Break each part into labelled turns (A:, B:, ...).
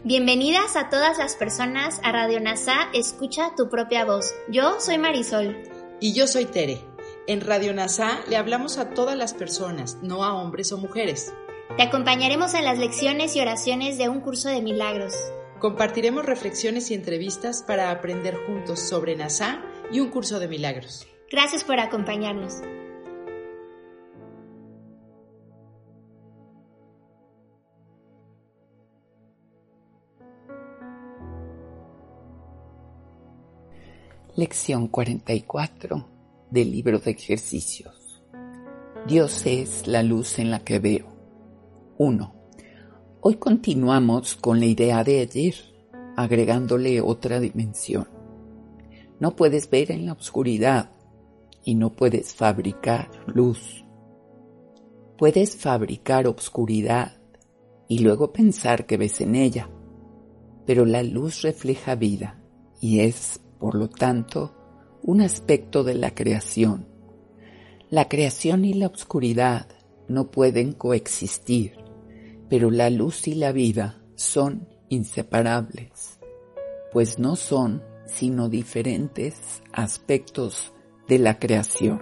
A: Bienvenidas a todas las personas a Radio NASA Escucha tu propia voz. Yo soy Marisol.
B: Y yo soy Tere. En Radio NASA le hablamos a todas las personas, no a hombres o mujeres.
A: Te acompañaremos en las lecciones y oraciones de un curso de milagros.
B: Compartiremos reflexiones y entrevistas para aprender juntos sobre NASA y un curso de milagros.
A: Gracias por acompañarnos.
C: Lección 44 del libro de ejercicios. Dios es la luz en la que veo. 1. Hoy continuamos con la idea de ayer, agregándole otra dimensión. No puedes ver en la oscuridad y no puedes fabricar luz. Puedes fabricar oscuridad y luego pensar que ves en ella, pero la luz refleja vida y es, por lo tanto, un aspecto de la creación. La creación y la oscuridad no pueden coexistir, pero la luz y la vida son inseparables, pues no son sino diferentes aspectos de la creación.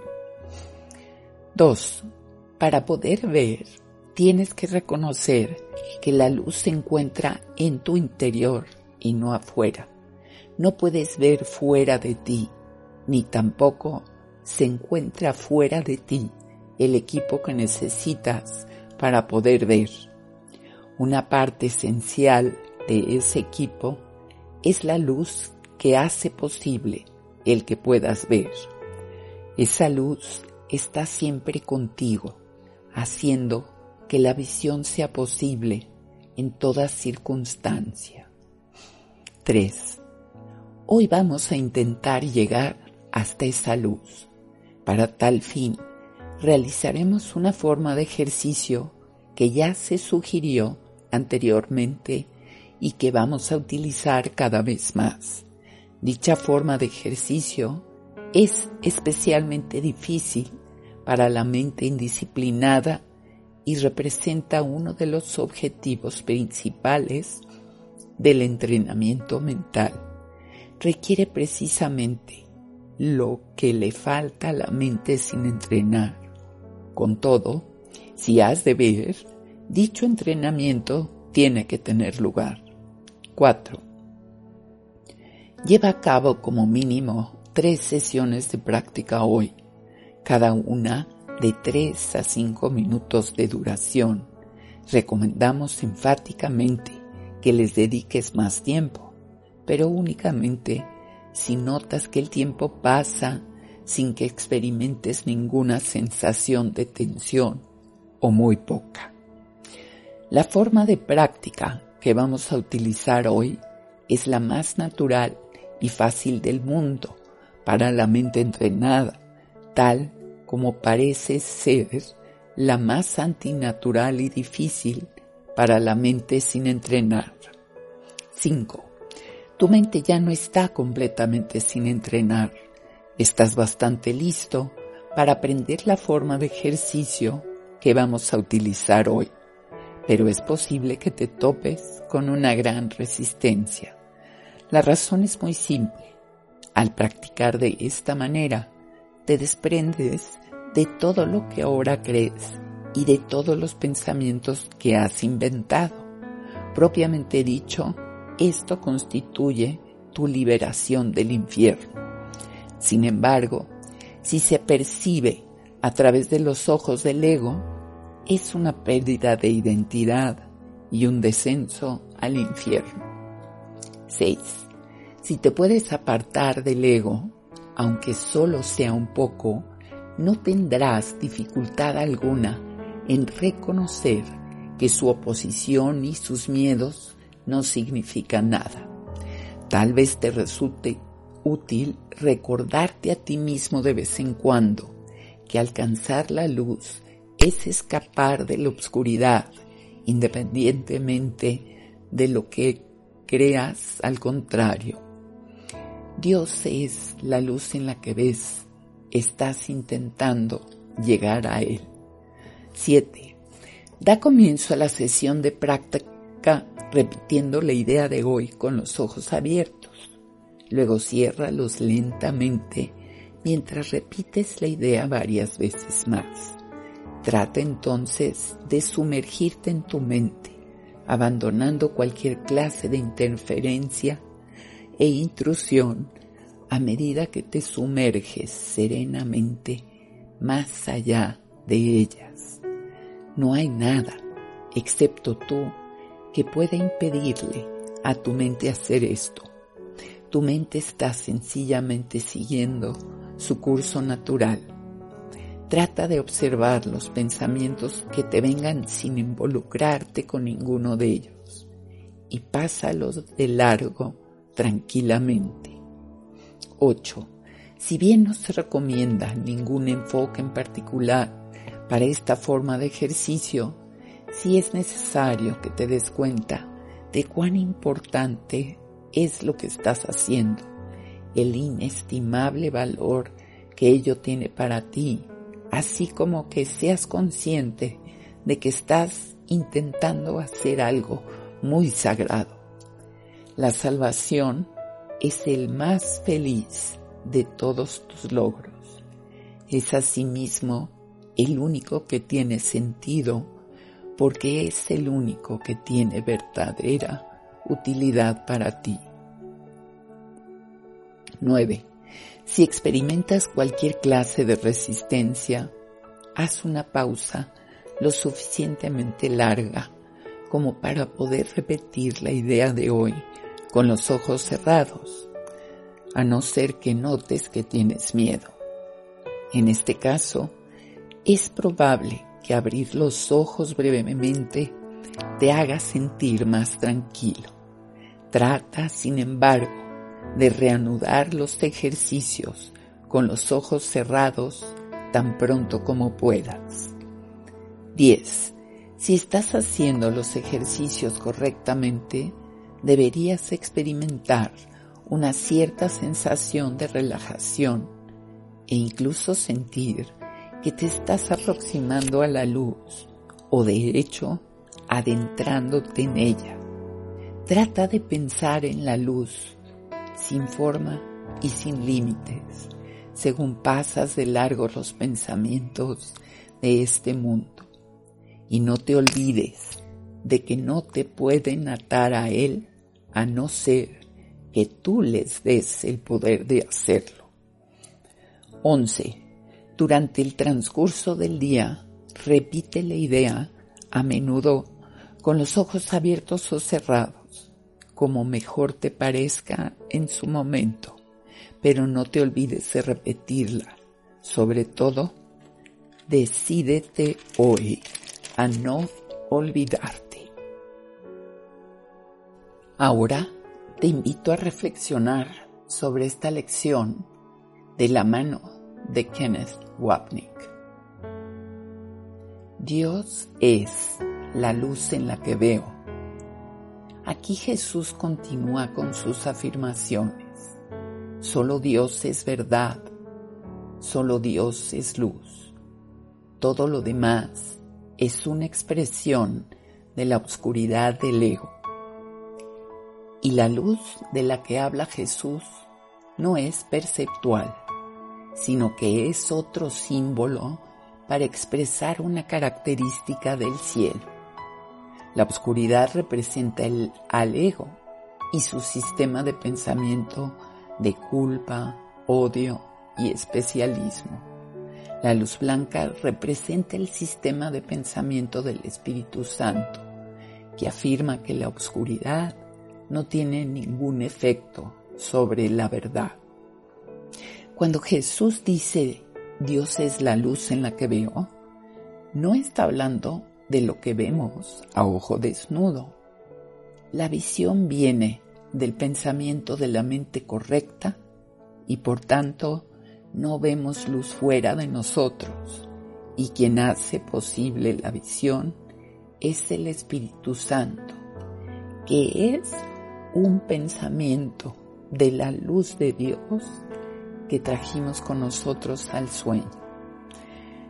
C: 2. Para poder ver, tienes que reconocer que la luz se encuentra en tu interior y no afuera. No puedes ver fuera de ti, ni tampoco se encuentra fuera de ti el equipo que necesitas para poder ver. Una parte esencial de ese equipo es la luz que hace posible el que puedas ver. Esa luz está siempre contigo, haciendo que la visión sea posible en toda circunstancia. 3. Hoy vamos a intentar llegar hasta esa luz. Para tal fin, realizaremos una forma de ejercicio que ya se sugirió anteriormente y que vamos a utilizar cada vez más. Dicha forma de ejercicio es especialmente difícil para la mente indisciplinada y representa uno de los objetivos principales del entrenamiento mental. Requiere precisamente lo que le falta a la mente sin entrenar. Con todo, si has de ver, dicho entrenamiento tiene que tener lugar. 4. Lleva a cabo como mínimo 3 sesiones de práctica hoy, cada una de 3 a 5 minutos de duración. Recomendamos enfáticamente que les dediques más tiempo, pero únicamente si notas que el tiempo pasa sin que experimentes ninguna sensación de tensión o muy poca. La forma de práctica que vamos a utilizar hoy es la más natural y fácil del mundo para la mente entrenada, tal como parece ser la más antinatural y difícil para la mente sin entrenar. 5. Tu mente ya no está completamente sin entrenar. Estás bastante listo para aprender la forma de ejercicio que vamos a utilizar hoy, pero es posible que te topes con una gran resistencia. La razón es muy simple. Al practicar de esta manera, te desprendes de todo lo que ahora crees y de todos los pensamientos que has inventado. Propiamente dicho, esto constituye tu liberación del infierno. Sin embargo, si se percibe a través de los ojos del ego, es una pérdida de identidad y un descenso al infierno. 6. Si te puedes apartar del ego, aunque solo sea un poco, no tendrás dificultad alguna en reconocer que su oposición y sus miedos no significa nada. Tal vez te resulte útil recordarte a ti mismo de vez en cuando que alcanzar la luz es escapar de la oscuridad, independientemente de lo que creas al contrario. Dios es la luz en la que ves, estás intentando llegar a Él. 7. Da comienzo a la sesión de Practica repitiendo la idea de hoy con los ojos abiertos. Luego ciérralos lentamente mientras repites la idea varias veces más. Trata entonces de sumergirte en tu mente, abandonando cualquier clase de interferencia e intrusión a medida que te sumerges serenamente más allá de ellas. No hay nada, excepto tú, que pueda impedirle a tu mente hacer esto. Tu mente está sencillamente siguiendo su curso natural. Trata de observar los pensamientos que te vengan sin involucrarte con ninguno de ellos y pásalos de largo tranquilamente. 8. Si bien no se recomienda ningún enfoque en particular para esta forma de ejercicio, sí es necesario que te des cuenta de cuán importante es lo que estás haciendo, el inestimable valor que ello tiene para ti, así como que seas consciente de que estás intentando hacer algo muy sagrado. La salvación es el más feliz de todos tus logros. Es asimismo el único que tiene sentido, porque es el único que tiene verdadera utilidad para ti. 9. Si experimentas cualquier clase de resistencia, haz una pausa lo suficientemente larga como para poder repetir la idea de hoy con los ojos cerrados, a no ser que notes que tienes miedo. En este caso, es probable que abrir los ojos brevemente te haga sentir más tranquilo. Trata, sin embargo, de reanudar los ejercicios con los ojos cerrados tan pronto como puedas. 10. Si estás haciendo los ejercicios correctamente, deberías experimentar una cierta sensación de relajación e incluso sentir que te estás aproximando a la luz o de hecho adentrándote en ella. Trata de pensar en la luz sin forma y sin límites, según pasas de largo los pensamientos de este mundo. Y no te olvides de que no te pueden atar a él a no ser que tú les des el poder de hacerlo. 11. Durante el transcurso del día, repite la idea a menudo con los ojos abiertos o cerrados, como mejor te parezca en su momento, pero no te olvides de repetirla. Sobre todo, decídete hoy a no olvidarte. Ahora te invito a reflexionar sobre esta lección de la mano de Kenneth Wapnick. Dios es la luz en la que veo. Aquí Jesús continúa con sus afirmaciones. Solo Dios es verdad. Solo Dios es luz. Todo lo demás es una expresión de la oscuridad del ego. Y la luz de la que habla Jesús no es perceptual, sino que es otro símbolo para expresar una característica del cielo. La oscuridad representa al ego y su sistema de pensamiento de culpa, odio y especialismo. La luz blanca representa el sistema de pensamiento del Espíritu Santo, que afirma que la oscuridad no tiene ningún efecto sobre la verdad. Cuando Jesús dice Dios es la luz en la que veo, no está hablando de lo que vemos a ojo desnudo. La visión viene del pensamiento de la mente correcta y por tanto no vemos luz fuera de nosotros, y quien hace posible la visión es el Espíritu Santo, que es un pensamiento de la luz de Dios que trajimos con nosotros al sueño.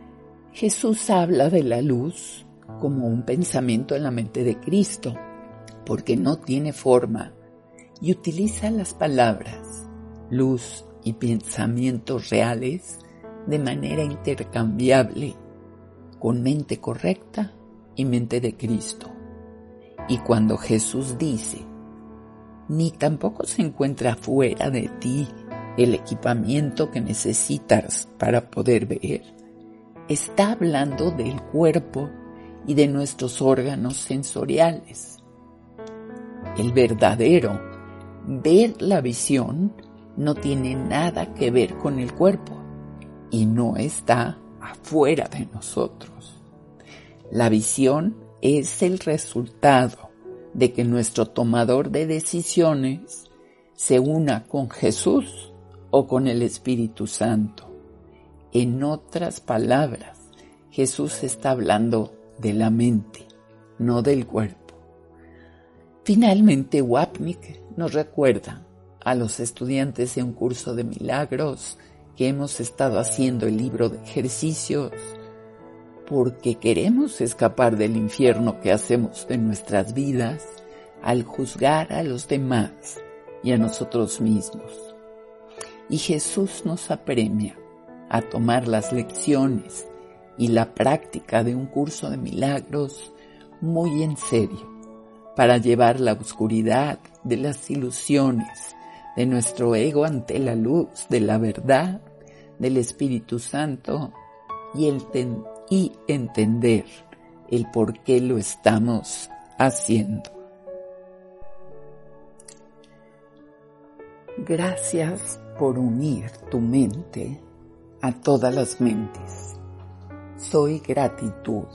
C: Jesús habla de la luz como un pensamiento en la mente de Cristo, porque no tiene forma y utiliza las palabras, luz y pensamientos reales de manera intercambiable, con mente correcta y mente de Cristo. Y cuando Jesús dice, ni tampoco se encuentra fuera de ti el equipamiento que necesitas para poder ver, está hablando del cuerpo y de nuestros órganos sensoriales. El verdadero ver la visión no tiene nada que ver con el cuerpo y no está afuera de nosotros. La visión es el resultado de que nuestro tomador de decisiones se una con Jesús o con el Espíritu Santo. En otras palabras, Jesús está hablando de la mente, no del cuerpo. Finalmente, Wapnick nos recuerda a los estudiantes de un curso de milagros que hemos estado haciendo el libro de ejercicios porque queremos escapar del infierno que hacemos de nuestras vidas al juzgar a los demás y a nosotros mismos. Y Jesús nos apremia a tomar las lecciones y la práctica de un curso de milagros muy en serio para llevar la oscuridad de las ilusiones de nuestro ego ante la luz de la verdad del Espíritu Santo y entender el por qué lo estamos haciendo. Gracias por unir tu mente a todas las mentes. Soy gratitud.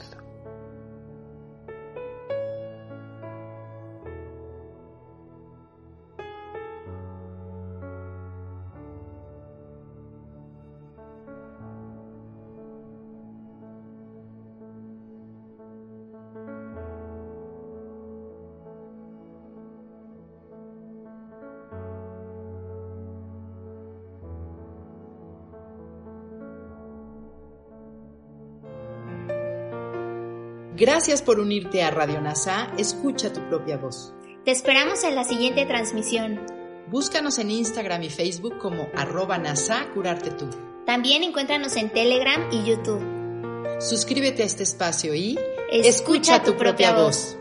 B: Gracias por unirte a Radio NASA. Escucha tu propia voz.
A: Te esperamos en la siguiente transmisión.
B: Búscanos en Instagram y Facebook como @NASA Curarte Tú.
A: También encuéntranos en Telegram y YouTube.
B: Suscríbete a este espacio y
A: escucha tu propia voz.